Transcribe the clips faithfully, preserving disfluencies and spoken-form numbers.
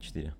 четыре.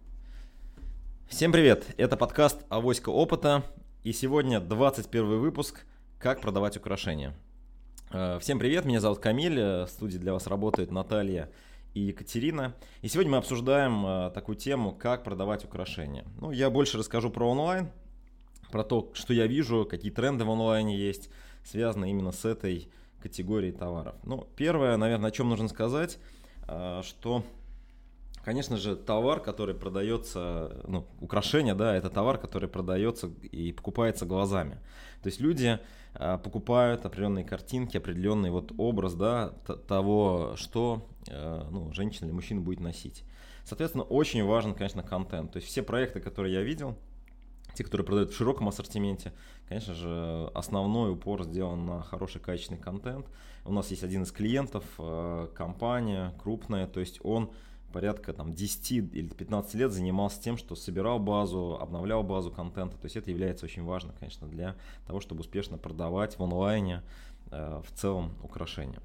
Всем привет! Это подкаст «Авоська опыта». И сегодня двадцать первый выпуск «Как продавать украшения». Всем привет, меня зовут Камиль. В студии для вас работают Наталья и Екатерина. И сегодня мы обсуждаем такую тему, как продавать украшения. Ну, я больше расскажу про онлайн, про то, что я вижу, какие тренды в онлайне есть, связанные именно с этой категорией товаров. Ну, первое, наверное, о чем нужно сказать, что... Конечно же, товар, который продается, ну, украшение, да, это товар, который продается и покупается глазами. То есть люди а, покупают определенные картинки, определенный вот образ, да, т- того, что а, ну, женщина или мужчина будет носить. Соответственно, очень важен, конечно, контент. То есть все проекты, которые я видел, те, которые продают в широком ассортименте, конечно же, основной упор сделан на хороший качественный контент. У нас есть один из клиентов, а, компания крупная, то есть он порядка там, десять или пятнадцать лет занимался тем, что собирал базу, обновлял базу контента. То есть это является очень важно, конечно, для того, чтобы успешно продавать в онлайне э, в целом украшения.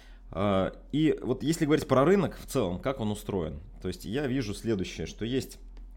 Э, и вот если говорить про рынок в целом, как он устроен, то есть я вижу следующее, что есть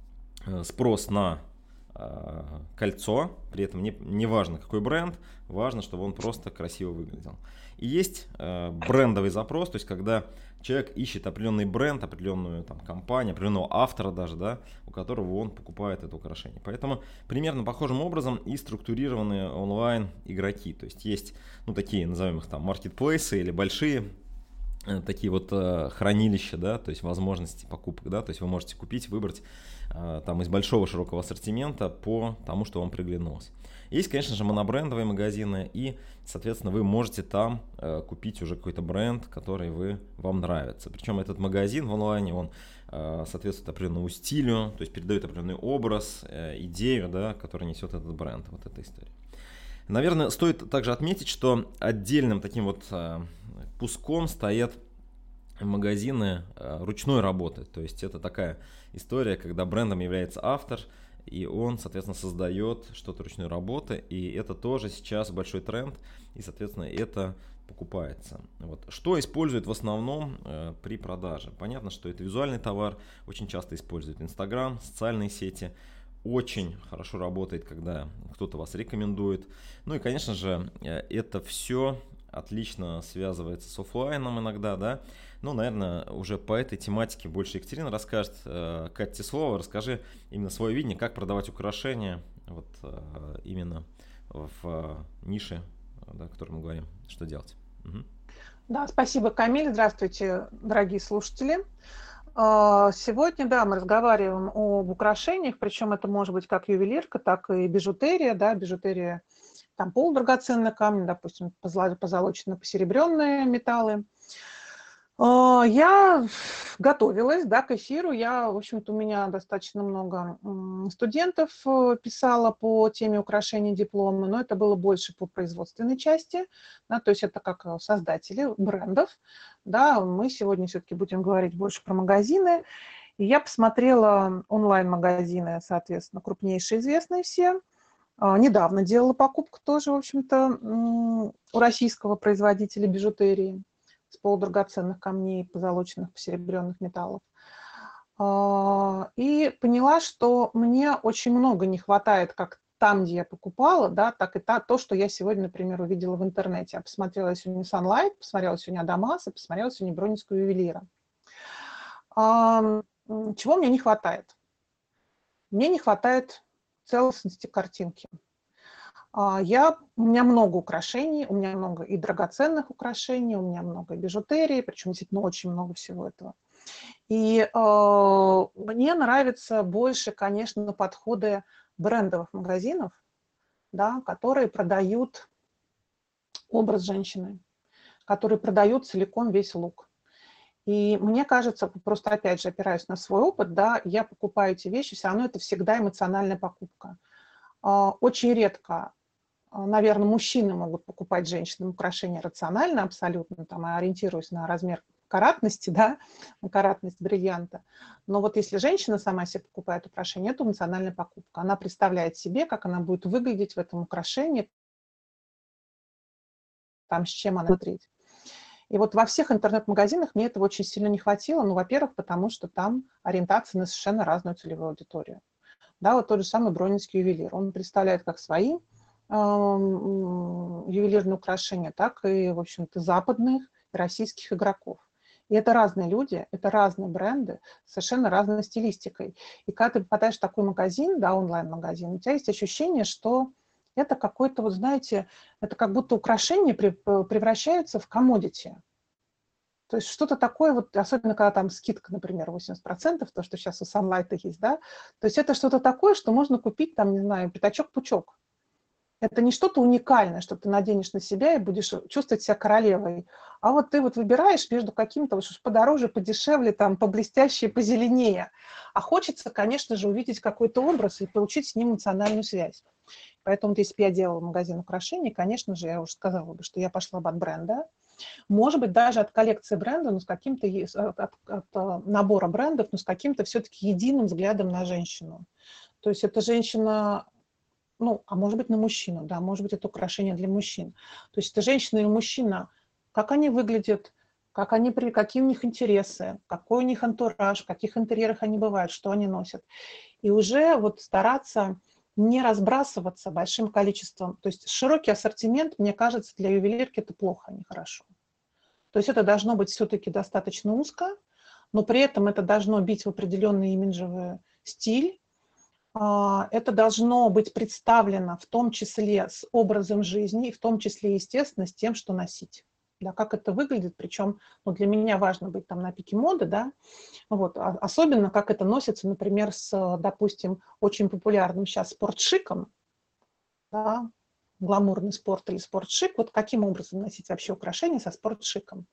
спрос на э, кольцо, при этом не, не важно какой бренд, важно, чтобы он просто красиво выглядел. И есть э, брендовый запрос, то есть когда человек ищет определенный бренд, определенную там, компанию, определенного автора даже, да, у которого он покупает это украшение. Поэтому примерно похожим образом и структурированы онлайн игроки. То есть есть, ну, такие, назовем их там, маркетплейсы или большие э, такие вот э, хранилища, да, то есть возможности покупок, да, то есть вы можете купить, выбрать э, там из большого широкого ассортимента по тому, что вам приглянулось. Есть, конечно же, монобрендовые магазины, и, соответственно, вы можете там э, купить уже какой-то бренд, который вы, вам нравится. Причем этот магазин в онлайне, он э, соответствует определенному стилю, то есть передает определенный образ, э, идею, да, который несет этот бренд, вот эта история. Наверное, стоит также отметить, что отдельным таким вот э, куском стоят магазины э, ручной работы. То есть это такая история, когда брендом является автор, и он, соответственно, создает что-то ручной работы, и это тоже сейчас большой тренд, и, соответственно, это покупается. Вот. Что используют в основном э, при продаже? Понятно, что это визуальный товар, очень часто используют Инстаграм, социальные сети. Очень хорошо работает, когда кто-то вас рекомендует. Ну и, конечно же, э, это все отлично связывается с офлайном иногда, да. Ну, наверное, уже по этой тематике больше Екатерина расскажет. Катя, тебе слово, расскажи именно свое видение, как продавать украшения вот именно в нише, да, о которой мы говорим, что делать. Угу. Да, спасибо, Камиль. Здравствуйте, дорогие слушатели. Сегодня, да, мы разговариваем об украшениях, причем это может быть как ювелирка, так и бижутерия, да, бижутерия, там полудрагоценные камни, допустим, позолоченные, посеребренные металлы. Я готовилась, да, к эфиру. Я, в общем-то, у меня достаточно много студентов писала по теме украшений диплома, но это было больше по производственной части, да, то есть это как создатели брендов. Да, мы сегодня все-таки будем говорить больше про магазины. И я посмотрела онлайн-магазины, соответственно, крупнейшие, известные все. Недавно делала покупку тоже, в общем-то, у российского производителя бижутерии с полудрагоценных камней, позолоченных, посеребренных металлов. И поняла, что мне очень много не хватает как там, где я покупала, да, так и та, то, что я сегодня, например, увидела в интернете. Я посмотрела сегодня Sunlight, посмотрела сегодня Адамас и посмотрела сегодня Бронинского ювелира. Чего мне не хватает? Мне не хватает целостности картинки. Я, у меня много украшений, у меня много и драгоценных украшений, у меня много бижутерии, причем действительно очень много всего этого. И э, мне нравятся больше, конечно, подходы брендовых магазинов, да, которые продают образ женщины, которые продают целиком весь лук. И мне кажется, просто опять же опираясь на свой опыт, да, я покупаю эти вещи, все равно это всегда эмоциональная покупка. Э, очень редко, наверное, мужчины могут покупать женщинам украшения рационально абсолютно, там, ориентируясь на размер каратности, да, на каратность бриллианта. Но вот если женщина сама себе покупает украшение, это эмоциональная покупка. Она представляет себе, как она будет выглядеть в этом украшении, там, с чем она смотреть. И вот во всех интернет-магазинах мне этого очень сильно не хватило. Ну, во-первых, потому что там ориентация на совершенно разную целевую аудиторию. Да, вот тот же самый бронинский ювелир. Он представляет как свои э, ювелирные украшения, так и, в общем-то, западных и российских игроков. И это разные люди, это разные бренды, совершенно разной стилистикой. И когда ты попадаешь в такой магазин, да, онлайн-магазин, у тебя есть ощущение, что это какой-то, вот знаете, это как будто украшения превращаются в коммодити. То есть что-то такое, вот, особенно когда там скидка, например, восемьдесят процентов, то, что сейчас у Sunlight есть, да, то есть это что-то такое, что можно купить, там, не знаю, пятачок-пучок. Это не что-то уникальное, что ты наденешь на себя и будешь чувствовать себя королевой. А вот ты вот выбираешь между каким-то вот подороже, подешевле, там, поблестяще, позеленее. А хочется, конечно же, увидеть какой-то образ и получить с ним эмоциональную связь. Поэтому, если бы я делала магазин украшений, конечно же, я уже сказала бы, что я пошла бы от бренда. Может быть, даже от коллекции бренда, но с каким-то, от, от, от набора брендов, но с каким-то все-таки единым взглядом на женщину. То есть эта женщина, ну, а может быть, на мужчину, да, может быть, это украшение для мужчин. То есть это женщина и мужчина, как они выглядят, как они, какие у них интересы, какой у них антураж, в каких интерьерах они бывают, что они носят. И уже вот стараться не разбрасываться большим количеством. То есть широкий ассортимент, мне кажется, для ювелирки это плохо, а не хорошо. То есть это должно быть все-таки достаточно узко, но при этом это должно бить в определенный имиджевый стиль. Это должно быть представлено в том числе с образом жизни, и в том числе, естественно, с тем, что носить. Да, как это выглядит, причем ну, для меня важно быть там на пике моды, да, вот, а, особенно как это носится, например, с, допустим, очень популярным сейчас спортшиком, да, гламурный спорт или спортшик, вот каким образом носить вообще украшения со спортшиком.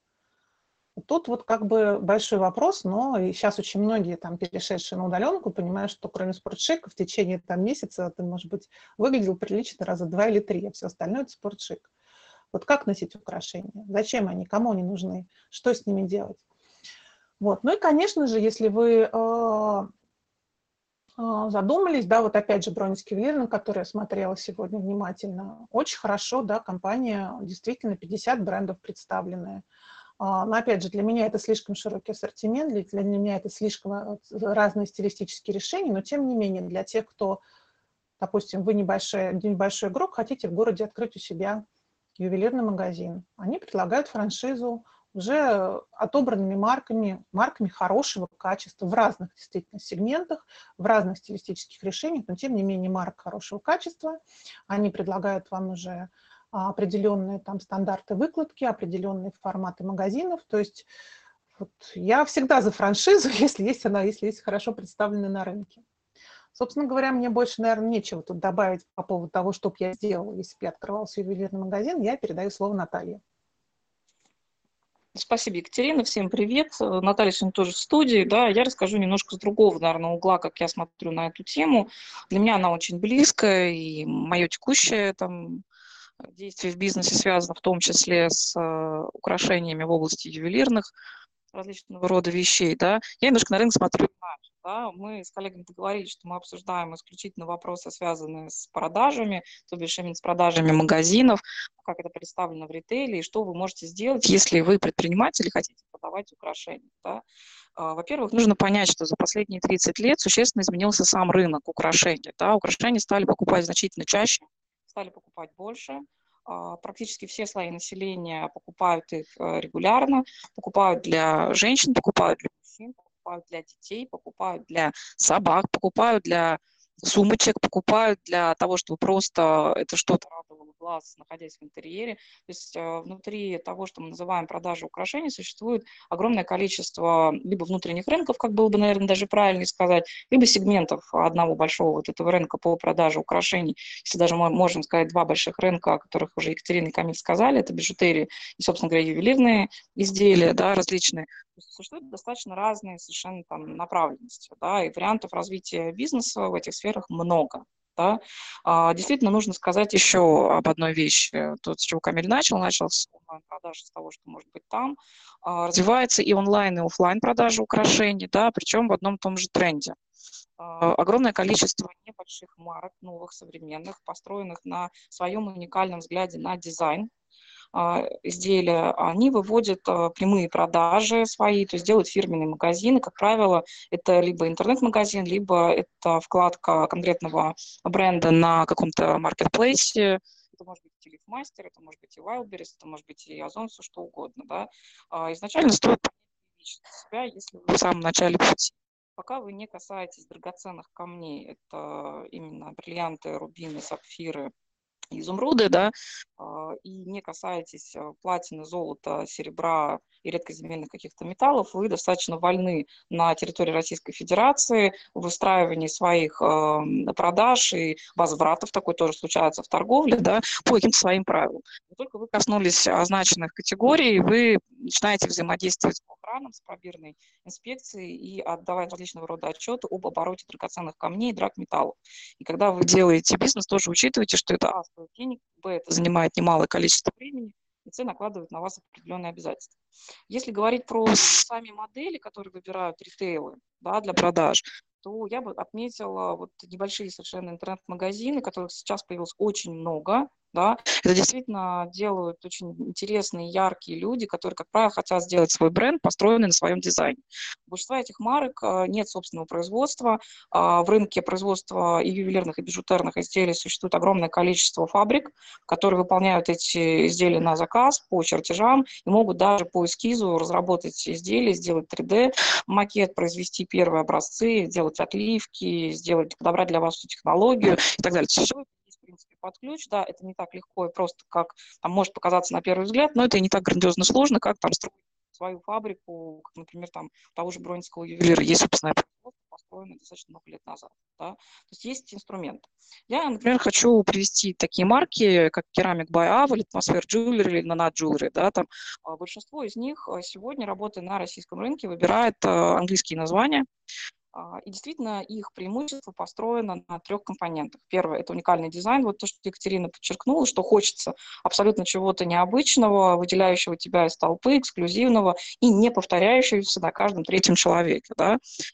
Тут вот как бы большой вопрос, но и сейчас очень многие там перешедшие на удаленку понимают, что кроме спортшика в течение там месяца ты, может быть, выглядел прилично раза два или три, а все остальное это спортшик. Вот как носить украшения? Зачем они? Кому они нужны? Что с ними делать? Вот. Ну и, конечно же, если вы э, э, задумались, да, вот опять же Бронинский ювелир, на который я смотрела сегодня внимательно, очень хорошо, да, компания, действительно пятьдесят брендов представлены. Uh, но опять же, для меня это слишком широкий ассортимент, для, для меня это слишком разные стилистические решения, но тем не менее для тех, кто, допустим, вы небольшой, небольшой игрок, хотите в городе открыть у себя ювелирный магазин, они предлагают франшизу уже отобранными марками, марками хорошего качества в разных действительно сегментах, в разных стилистических решениях, но тем не менее марка хорошего качества. Они предлагают вам уже определенные там стандарты выкладки, определенные форматы магазинов. То есть вот я всегда за франшизу, если есть она, если есть хорошо представлены на рынке. Собственно говоря, мне больше, наверное, нечего тут добавить по поводу того, что бы я сделала, если бы я открывался ювелирный магазин. Я передаю слово Наталье. Спасибо, Екатерина. Всем привет. Наталья сегодня тоже в студии. Да, я расскажу немножко с другого, наверное, угла, как я смотрю на эту тему. Для меня она очень близкая, и мое текущее там действие в бизнесе связано в том числе с э, украшениями в области ювелирных, различного рода вещей, да. Я немножко на рынок смотрю иначе, да. Мы с коллегами договорились, что мы обсуждаем исключительно вопросы, связанные с продажами, то бишь именно с продажами магазинов, как это представлено в ритейле, и что вы можете сделать, если вы предприниматель и хотите продавать украшения, да. Во-первых, нужно понять, что за последние тридцать лет существенно изменился сам рынок украшений, да. Украшения стали покупать значительно чаще, стали покупать больше. Практически все слои населения покупают их регулярно, покупают для женщин, покупают для мужчин, покупают для детей, покупают для собак, покупают для сумочек, покупают для того, чтобы просто это что-то радовало глаз, находясь в интерьере. То есть внутри того, что мы называем продажей украшений, существует огромное количество либо внутренних рынков, как было бы, наверное, даже правильнее сказать, либо сегментов одного большого вот этого рынка по продаже украшений. Если даже мы можем сказать два больших рынка, о которых уже Екатерина и Камиль сказали, это бижутерия и, собственно говоря, ювелирные изделия, да, различные. Существуют достаточно разные совершенно там направленности, да, и вариантов развития бизнеса в этих сферах много. Да. А, действительно, нужно сказать еще об одной вещи. То, с чего Камиль начал, начал с онлайн-продажи, с того, что может быть там. А, развивается и онлайн, и офлайн продажи украшений, да, причем в одном и том же тренде. А, огромное количество небольших марок, новых, современных, построенных на своем уникальном взгляде на дизайн, изделия, они выводят прямые продажи свои, то есть делают фирменные магазины. Как правило, это либо интернет-магазин, либо это вкладка конкретного бренда на каком-то маркетплейсе. Это может быть и Лифмастер, это может быть и Wildberries, это может быть и Озон, все что угодно. Да? Изначально стоит себя, если вы в самом начале пути. Пока вы не касаетесь драгоценных камней, это именно бриллианты, рубины, сапфиры, изумруды, да, и не касаетесь платины, золота, серебра и редкоземельных каких-то металлов, вы достаточно вольны на территории Российской Федерации в выстраивании своих продаж и возвратов, такое тоже случается в торговле, да, по каким-то своим правилам. Но только вы коснулись означенных категорий, вы начинаете взаимодействовать с охраной, с пробирной инспекцией и отдавать различного рода отчеты об обороте драгоценных камней и драгметаллов. И когда вы делаете бизнес, тоже учитывайте, что это а, стоит денег, б, это занимает немалое количество времени, и с накладывает на вас определенные обязательства. Если говорить про сами модели, которые выбирают ритейлы, да, для продаж, то я бы отметила вот небольшие совершенно интернет-магазины, которых сейчас появилось очень много. Да. Это действительно делают очень интересные, яркие люди, которые, как правило, хотят сделать свой бренд, построенный на своем дизайне. У большинства этих марок нет собственного производства. В рынке производства и ювелирных, и бижутерных изделий существует огромное количество фабрик, которые выполняют эти изделия на заказ по чертежам и могут даже по эскизу разработать изделие, сделать три дэ макет, произвести первые образцы, сделать отливки, сделать, подобрать для вас всю технологию и так далее. Все это есть, в принципе, под ключ. Да, это не так легко и просто, как там может показаться на первый взгляд, но это и не так грандиозно сложно, как там строить свою фабрику, как, например, там того же Бронинского ювелира. Есть собственное производство, построенное достаточно много лет назад. Да? То есть есть инструменты. Я, например, хочу привести такие марки, как Ceramic by Ava, Atmosphere Jewelry или Nana Jewelry. Да? Там, большинство из них сегодня, работая на российском рынке, выбирает английские названия. И действительно их преимущество построено на трех компонентах. Первое – это уникальный дизайн. Вот то, что Екатерина подчеркнула, что хочется абсолютно чего-то необычного, выделяющего тебя из толпы, эксклюзивного и не повторяющегося на каждом третьем человеке. Да?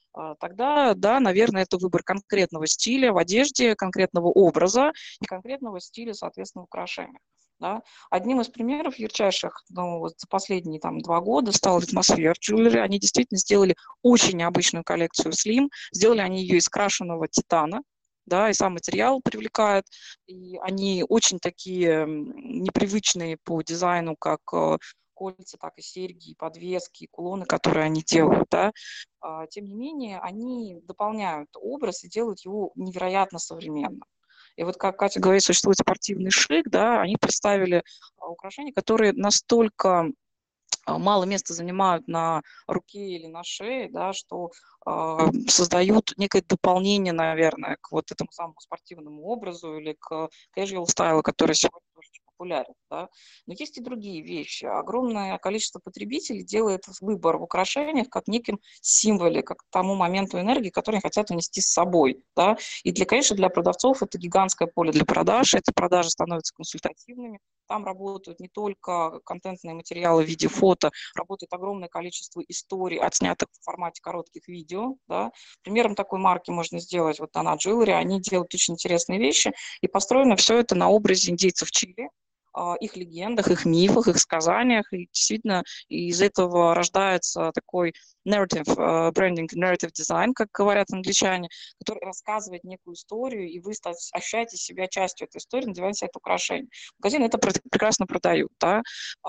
Тогда, да, наверное, это выбор конкретного стиля в одежде, конкретного образа и конкретного стиля, соответственно, в украшениях. Да. Одним из примеров ярчайших, ну, вот за последние там, два года стал Atmosphere Jewelry. Они действительно сделали очень необычную коллекцию Slim. Сделали они ее из крашеного титана, да, и сам материал привлекает. И они очень такие непривычные по дизайну, как кольца, так и серьги, и подвески, и кулоны, которые они делают. Да. Тем не менее, они дополняют образ и делают его невероятно современным. И вот, как Катя говорит, существует спортивный шик, да, они представили украшения, которые настолько мало места занимают на руке или на шее, да, что э, создают некое дополнение, наверное, к вот этому самому спортивному образу или к casual стайлу, который сегодня тоже очень популярен. Да. Но есть и другие вещи. Огромное количество потребителей делает выбор в украшениях как неким символе, как тому моменту энергии, который они хотят унести с собой. Да. И, для, конечно, для продавцов это гигантское поле для продаж. Эти продажи становятся консультативными. Там работают не только контентные материалы в виде фото, работает огромное количество историй, отснятых в формате коротких видео. Да. Примером такой марки можно сделать вот Nana Jewelry. Они делают очень интересные вещи, и построено все это на образе индейцев Чили, их легендах, их мифах, их сказаниях. И действительно из этого рождается такой narrative uh, branding, narrative design, как говорят англичане, который рассказывает некую историю, и вы ощущаете себя частью этой истории, надеваете это украшение. Магазины это прекрасно продают. Да?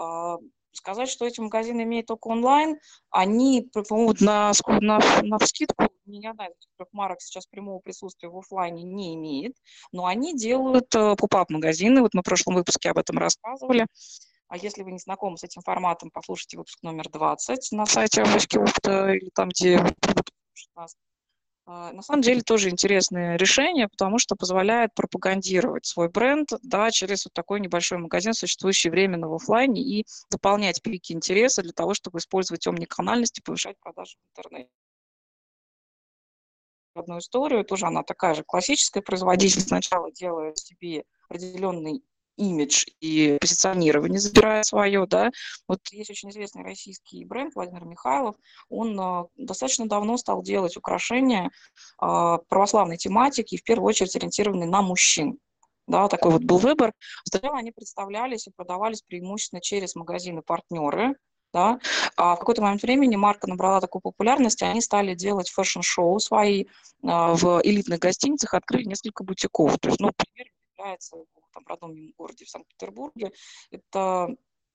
Сказать, что эти магазины имеют только онлайн, они, по-моему, на, на, на вскидку, ни одна из этих трех марок сейчас прямого присутствия в офлайне не имеет, но они делают поп-ап магазины. Вот мы в прошлом выпуске об этом рассказывали. А если вы не знакомы с этим форматом, послушайте выпуск номер двадцать на сайте Авоськи Опыта или там, где нас. На самом деле тоже интересное решение, потому что позволяет пропагандировать свой бренд, да, через вот такой небольшой магазин, существующий временно в офлайне, и дополнять пики интереса для того, чтобы использовать омниканальность и повышать продажи в интернете. Одну историю, тоже она такая же классическая. Производитель сначала делает себе определенный имидж и позиционирование, забирая свое, да. Вот есть очень известный российский бренд Владимир Михайлов, он э, достаточно давно стал делать украшения э, православной тематики, в первую очередь ориентированные на мужчин. Да, такой вот был выбор. Сначала они представлялись и продавались преимущественно через магазины-партнеры, да. А в какой-то момент времени марка набрала такую популярность, и они стали делать фэшн-шоу свои а, в элитных гостиницах, открыли несколько бутиков. То есть, ну, пример является в там, родном городе в Санкт-Петербурге. Это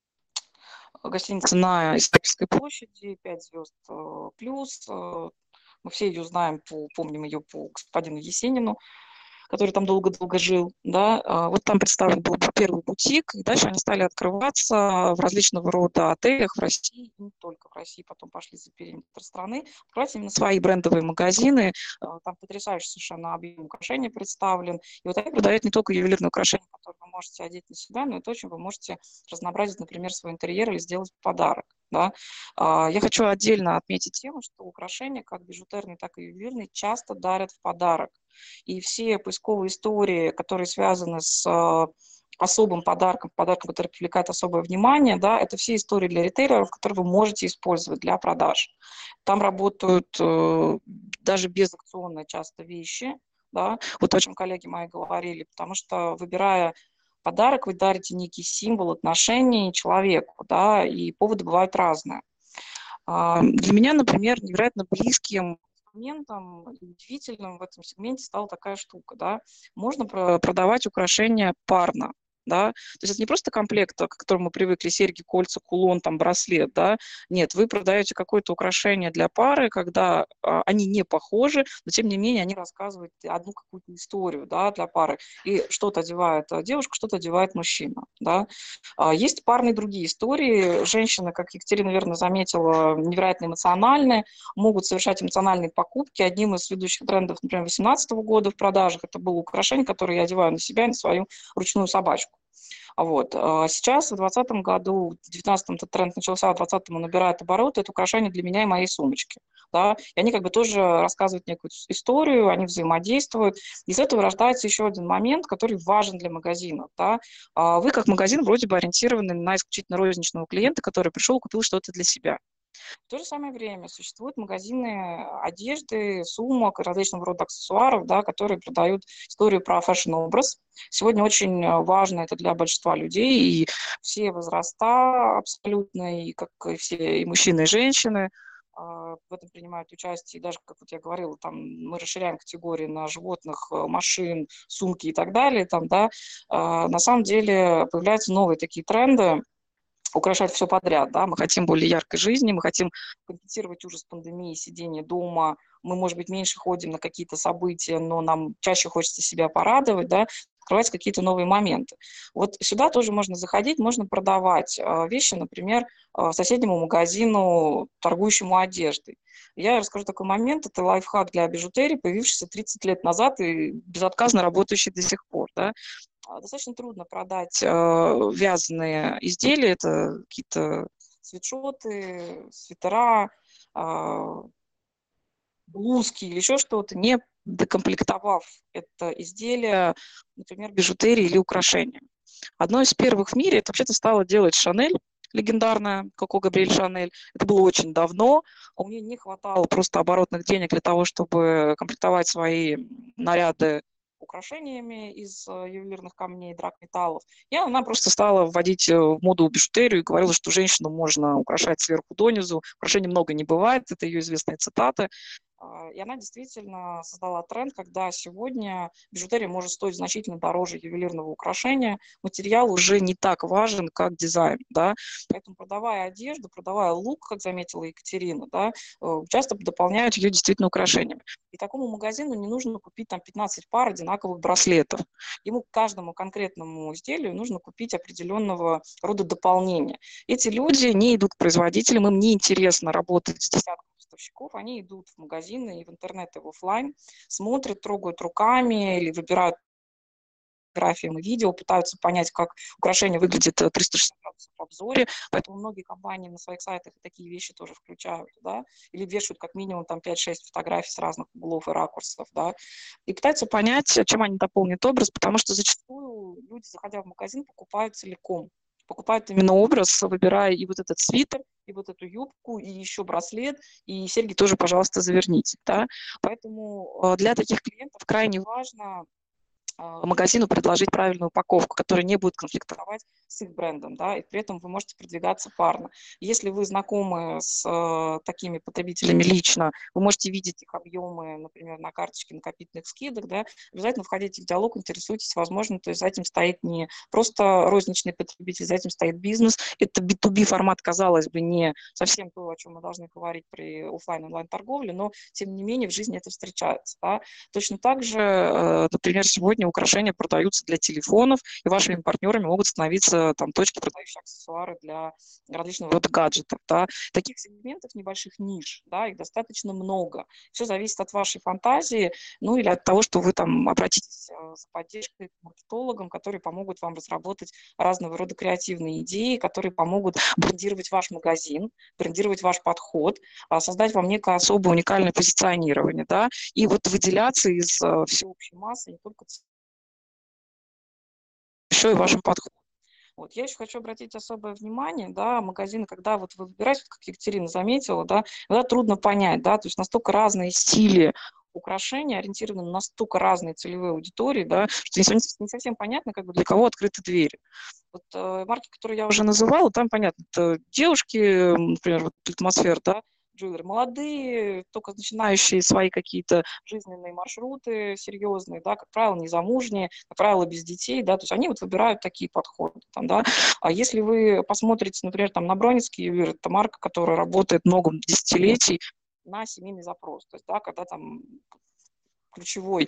гостиница на Исаакиевской площади, пять звезд э, плюс. Э, Мы все ее знаем, по, помним ее по господину Есенину, который там долго-долго жил, да, а, вот там представлен был первый бутик, и дальше они стали открываться в различного рода отелях в России, и не только в России, потом пошли за периметр страны, открывать именно свои брендовые магазины, а, там потрясающий совершенно объем украшений представлен, и вот они продают не только ювелирные украшения, которые вы можете одеть на себя, но и то, чем вы можете разнообразить, например, свой интерьер или сделать подарок, да. А, Я хочу отдельно отметить тему, что украшения, как бижутерные, так и ювелирные, часто дарят в подарок. И все поисковые истории, которые связаны с э, особым подарком, подарком, который привлекает особое внимание, да, это все истории для ритейлеров, которые вы можете использовать для продаж. Там работают э, даже безакционные часто вещи, да, вот о чем коллеги мои говорили, потому что, выбирая подарок, вы дарите некий символ отношений человеку, да, и поводы бывают разные. А, Для меня, например, невероятно близким моментом и удивительным в этом сегменте стала такая штука, да. Можно про- продавать украшения парно, да. То есть это не просто комплект, к которому мы привыкли: серьги, кольца, кулон, там, браслет, да. Нет, вы продаете какое-то украшение для пары, когда а, они не похожи, но тем не менее они рассказывают одну какую-то историю, да, для пары. И что-то одевает а, девушка, что-то одевает мужчина, да. А, Есть парные другие истории. Женщины, как Екатерина верно заметила, невероятно эмоциональные, могут совершать эмоциональные покупки. Одним из ведущих трендов, например, две тысячи восемнадцатого года в продажах, это было украшение, которое я одеваю на себя и на свою ручную собачку. А Вот. а Сейчас, в двадцатом году, в девятнадцатом этот тренд начался, а в двадцатом он набирает обороты, это украшение для меня и моей сумочки. Да? И они как бы тоже рассказывают некую историю, они взаимодействуют. Из этого рождается еще один момент, который важен для магазинов. Да? А Вы как магазин вроде бы ориентированы на исключительно розничного клиента, который пришел и купил что-то для себя. В то же самое время существуют магазины одежды, сумок, различного рода аксессуаров, да, которые продают историю про фэшн-образ. Сегодня очень э, важно это для большинства людей, и все возраста абсолютно, и как и все и мужчины, и женщины а, в этом принимают участие. И даже, как вот я говорила, там мы расширяем категории на животных, э, машин, сумки и так далее. Там, да, а, на самом деле появляются новые такие тренды, украшать все подряд, да, мы хотим более яркой жизни, мы хотим компенсировать ужас пандемии, сидения дома, мы, может быть, меньше ходим на какие-то события, но нам чаще хочется себя порадовать, да, открывать какие-то новые моменты. Вот сюда тоже можно заходить, можно продавать э, вещи, например, э, соседнему магазину, торгующему одеждой. Я расскажу такой момент, это лайфхак для бижутерии, появившийся тридцать лет назад и безотказно работающий до сих пор, да. А, Достаточно трудно продать э, вязаные изделия, это какие-то свитшоты, свитера, а, блузки или еще что-то, не докомплектовав это изделие, например, бижутерии или украшения. Одно из первых в мире это вообще-то стало делать Шанель, легендарная Коко Габриэль Шанель. Это было очень давно, а у нее не хватало просто оборотных денег для того, чтобы комплектовать свои наряды украшениями из э, ювелирных камней, драгметаллов. И она просто стала вводить э, в моду бижутерию и говорила, что женщину можно украшать сверху донизу. Украшений много не бывает, это ее известные цитаты. А, И она действительно создала тренд, когда сегодня бижутерия может стоить значительно дороже ювелирного украшения. Материал уже не так важен, как дизайн. Да? Поэтому, продавая одежду, продавая лук, как заметила Екатерина, да, э, часто дополняют ее действительно украшениями. И такому магазину не нужно купить там пятнадцать пар одинаковых браслетов. Ему к каждому конкретному изделию нужно купить определенного рода дополнения. Эти люди не идут к производителям, им не интересно работать с десятком поставщиков, они идут в магазины и в интернет, и в офлайн, смотрят, трогают руками или выбирают фотографиям и видео, пытаются понять, как украшение выглядит э, триста шестьдесят градусов в обзоре, поэтому многие компании на своих сайтах такие вещи тоже включают, да, или вешают как минимум там пять-шесть фотографий с разных углов и ракурсов, да, и пытаются понять, чем они дополнят образ, потому что зачастую люди, заходя в магазин, покупают целиком, покупают именно образ, выбирая и вот этот свитер, и вот эту юбку, и еще браслет, и серьги тоже, пожалуйста, заверните, да, поэтому э, для таких клиентов крайне важно магазину предложить правильную упаковку, которая не будет конфликтовать с их брендом, да, и при этом вы можете продвигаться парно. Если вы знакомы с э, такими потребителями лично, вы можете видеть их объемы, например, на карточке накопительных скидок, да, обязательно входите в диалог, интересуйтесь, возможно, то есть за этим стоит не просто розничный потребитель, за этим стоит бизнес. Это би ту би формат, казалось бы, не совсем то, о чем мы должны говорить при офлайн-онлайн-торговле, но, тем не менее, в жизни это встречается, да. Точно так же, э, например, сегодня украшения продаются для телефонов, и вашими партнерами могут становиться там точки, продающие аксессуары для различного рода гаджетов. Да. Таких сегментов, небольших ниш, да, их достаточно много. Все зависит от вашей фантазии, ну или от того, что вы там обратитесь за поддержкой к маркетологам, которые помогут вам разработать разного рода креативные идеи, которые помогут брендировать ваш магазин, брендировать ваш подход, создать вам некое особое уникальное позиционирование, да, и вот выделяться из всеобщей массы не только еще и вашим подходом. Вот. Я еще хочу обратить особое внимание, да, магазины, когда вот вы выбираете, как Екатерина заметила, да, когда трудно понять, да, то есть настолько разные стили украшения, ориентированы на настолько разные целевые аудитории, да, что не, не совсем понятно, как бы для кого открыты двери. Вот э, марки, которые я уже называла, там понятно, это девушки, например, вот атмосфера, да, джулери молодые, только начинающие свои какие-то жизненные маршруты серьезные, да, как правило, незамужние, как правило, без детей, да, то есть они вот выбирают такие подходы, там, да. А если вы посмотрите, например, там на Бронницкий ювелир, это марка, которая работает много десятилетий на семейный запрос, то есть, да, когда там ключевой,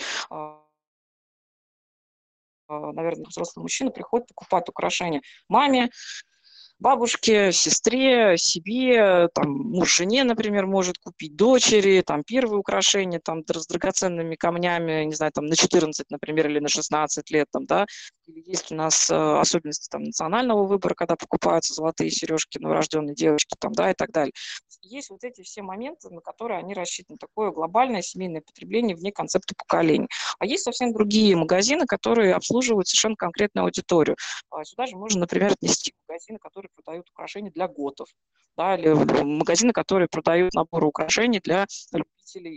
наверное, взрослый мужчина приходит покупать украшения маме, бабушке, сестре, себе, там, муж жене, например, может купить, дочери, там, первые украшения, там, с драгоценными камнями, не знаю, там, на четырнадцать, например, или на шестнадцать лет, там, да, или есть у нас э, особенности, там, национального выбора, когда покупаются золотые сережки новорожденной девочки, там, да, и так далее. Есть вот эти все моменты, на которые они рассчитаны, такое глобальное семейное потребление вне концепта поколений. А есть совсем другие магазины, которые обслуживают совершенно конкретную аудиторию. Сюда же можно, например, отнести магазины, которые продают украшения для готов, да, или магазины, которые продают наборы украшений для любителей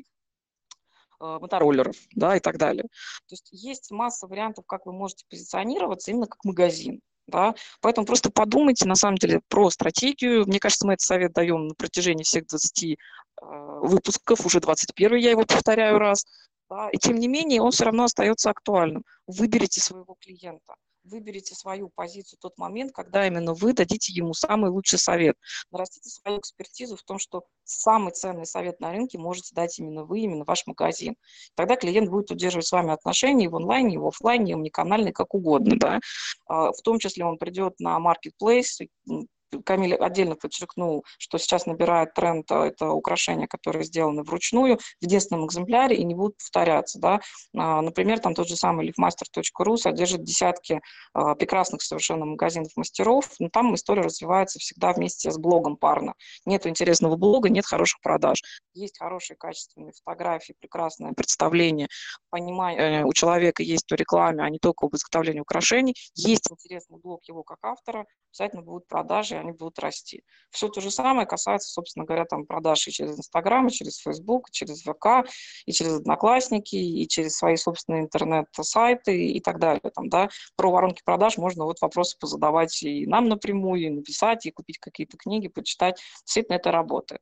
э, мотороллеров, да, и так далее. То есть есть масса вариантов, как вы можете позиционироваться именно как магазин. Да? Поэтому просто подумайте, на самом деле, про стратегию. Мне кажется, мы этот совет даем на протяжении всех двадцати э, выпусков, уже двадцать первый, я его повторяю раз. Да? И тем не менее, он все равно остается актуальным. Выберите своего клиента. Выберите свою позицию в тот момент, когда именно вы дадите ему самый лучший совет. Нарастите свою экспертизу в том, что самый ценный совет на рынке можете дать именно вы, именно ваш магазин. Тогда клиент будет удерживать с вами отношения и в онлайне, и в офлайне, и омниканальные, как угодно. Да? В том числе он придет на marketplace. Камиль отдельно подчеркнул, что сейчас набирает тренд это украшения, которые сделаны вручную, в единственном экземпляре и не будут повторяться. Да? Например, там тот же самый лифмастер точка ру содержит десятки прекрасных совершенно магазинов мастеров, но там история развивается всегда вместе с блогом парно. Нет интересного блога, нет хороших продаж. Есть хорошие качественные фотографии, прекрасное представление, понимание у человека есть о рекламе, а не только об изготовлении украшений. Есть интересный блог его как автора, обязательно будут продажи, они будут расти. Все то же самое касается, собственно говоря, там продаж и через Инстаграм, и через Фейсбук, и через ВК, и через Одноклассники, и через свои собственные интернет-сайты и так далее. Там, да. Про воронки продаж можно вот вопросы позадавать и нам напрямую, и написать, и купить какие-то книги, почитать. Действительно, это работает.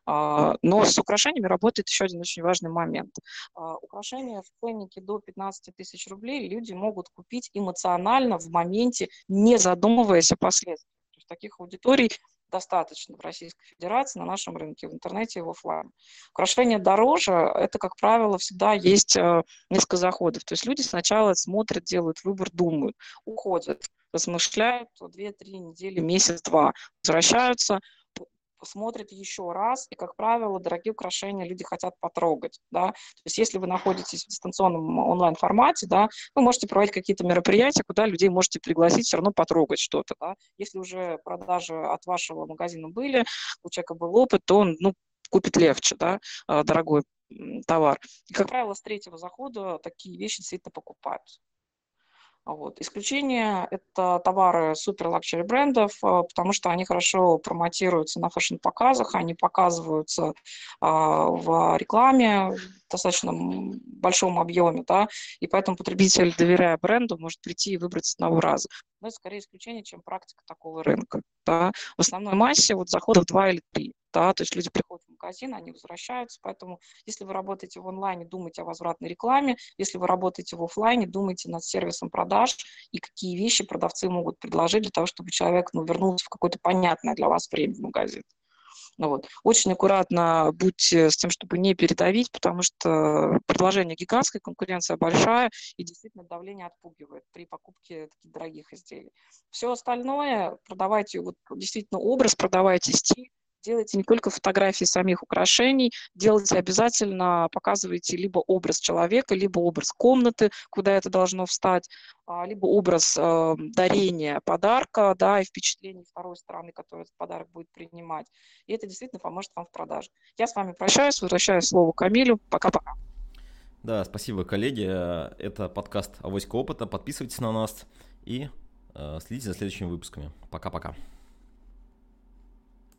Но с украшениями работает еще один очень важный момент. Украшения в ценнике до пятнадцати тысяч рублей люди могут купить эмоционально в моменте, не задумываясь о последствиях. То есть таких аудиторий достаточно в Российской Федерации, на нашем рынке, в интернете и в офлайн. Украшения дороже, это, как правило, всегда есть несколько заходов. То есть люди сначала смотрят, делают выбор, думают, уходят, размышляют две-три недели, месяц-два, возвращаются, смотрят еще раз, и, как правило, дорогие украшения люди хотят потрогать, да, то есть если вы находитесь в дистанционном онлайн-формате, да, вы можете проводить какие-то мероприятия, куда людей можете пригласить, все равно потрогать что-то, да, если уже продажи от вашего магазина были, у человека был опыт, то он, ну, купит легче, да, дорогой товар. И, как правило, с третьего захода такие вещи действительно покупаются. Вот. Исключение – это товары супер-лакшери брендов, потому что они хорошо промотируются на фэшн-показах, они показываются в рекламе, достаточно большом объеме, да, и поэтому потребитель, доверяя бренду, может прийти и выбрать с одного раза. Но это скорее исключение, чем практика такого рынка, да. В основной массе вот заходов два или три, да, то есть люди приходят в магазин, они возвращаются, поэтому если вы работаете в онлайне, думайте о возвратной рекламе, если вы работаете в офлайне, думайте над сервисом продаж и какие вещи продавцы могут предложить для того, чтобы человек, ну, вернулся в какое-то понятное для вас время в магазин. Ну, вот. Очень аккуратно будьте с тем, чтобы не передавить, потому что предложение гигантское, конкуренция большая, и действительно давление отпугивает при покупке таких дорогих изделий. Все остальное продавайте, вот действительно образ, продавайте стиль, делайте не только фотографии самих украшений, делайте обязательно, показывайте либо образ человека, либо образ комнаты, куда это должно встать, либо образ э, дарения подарка, да, и впечатлений второй стороны, которая этот подарок будет принимать. И это действительно поможет вам в продаже. Я с вами прощаюсь, возвращаю слово Камилю. Пока-пока. Да, спасибо, коллеги. Это подкаст «Авоська опыта». Подписывайтесь на нас и э, следите за следующими выпусками. Пока-пока.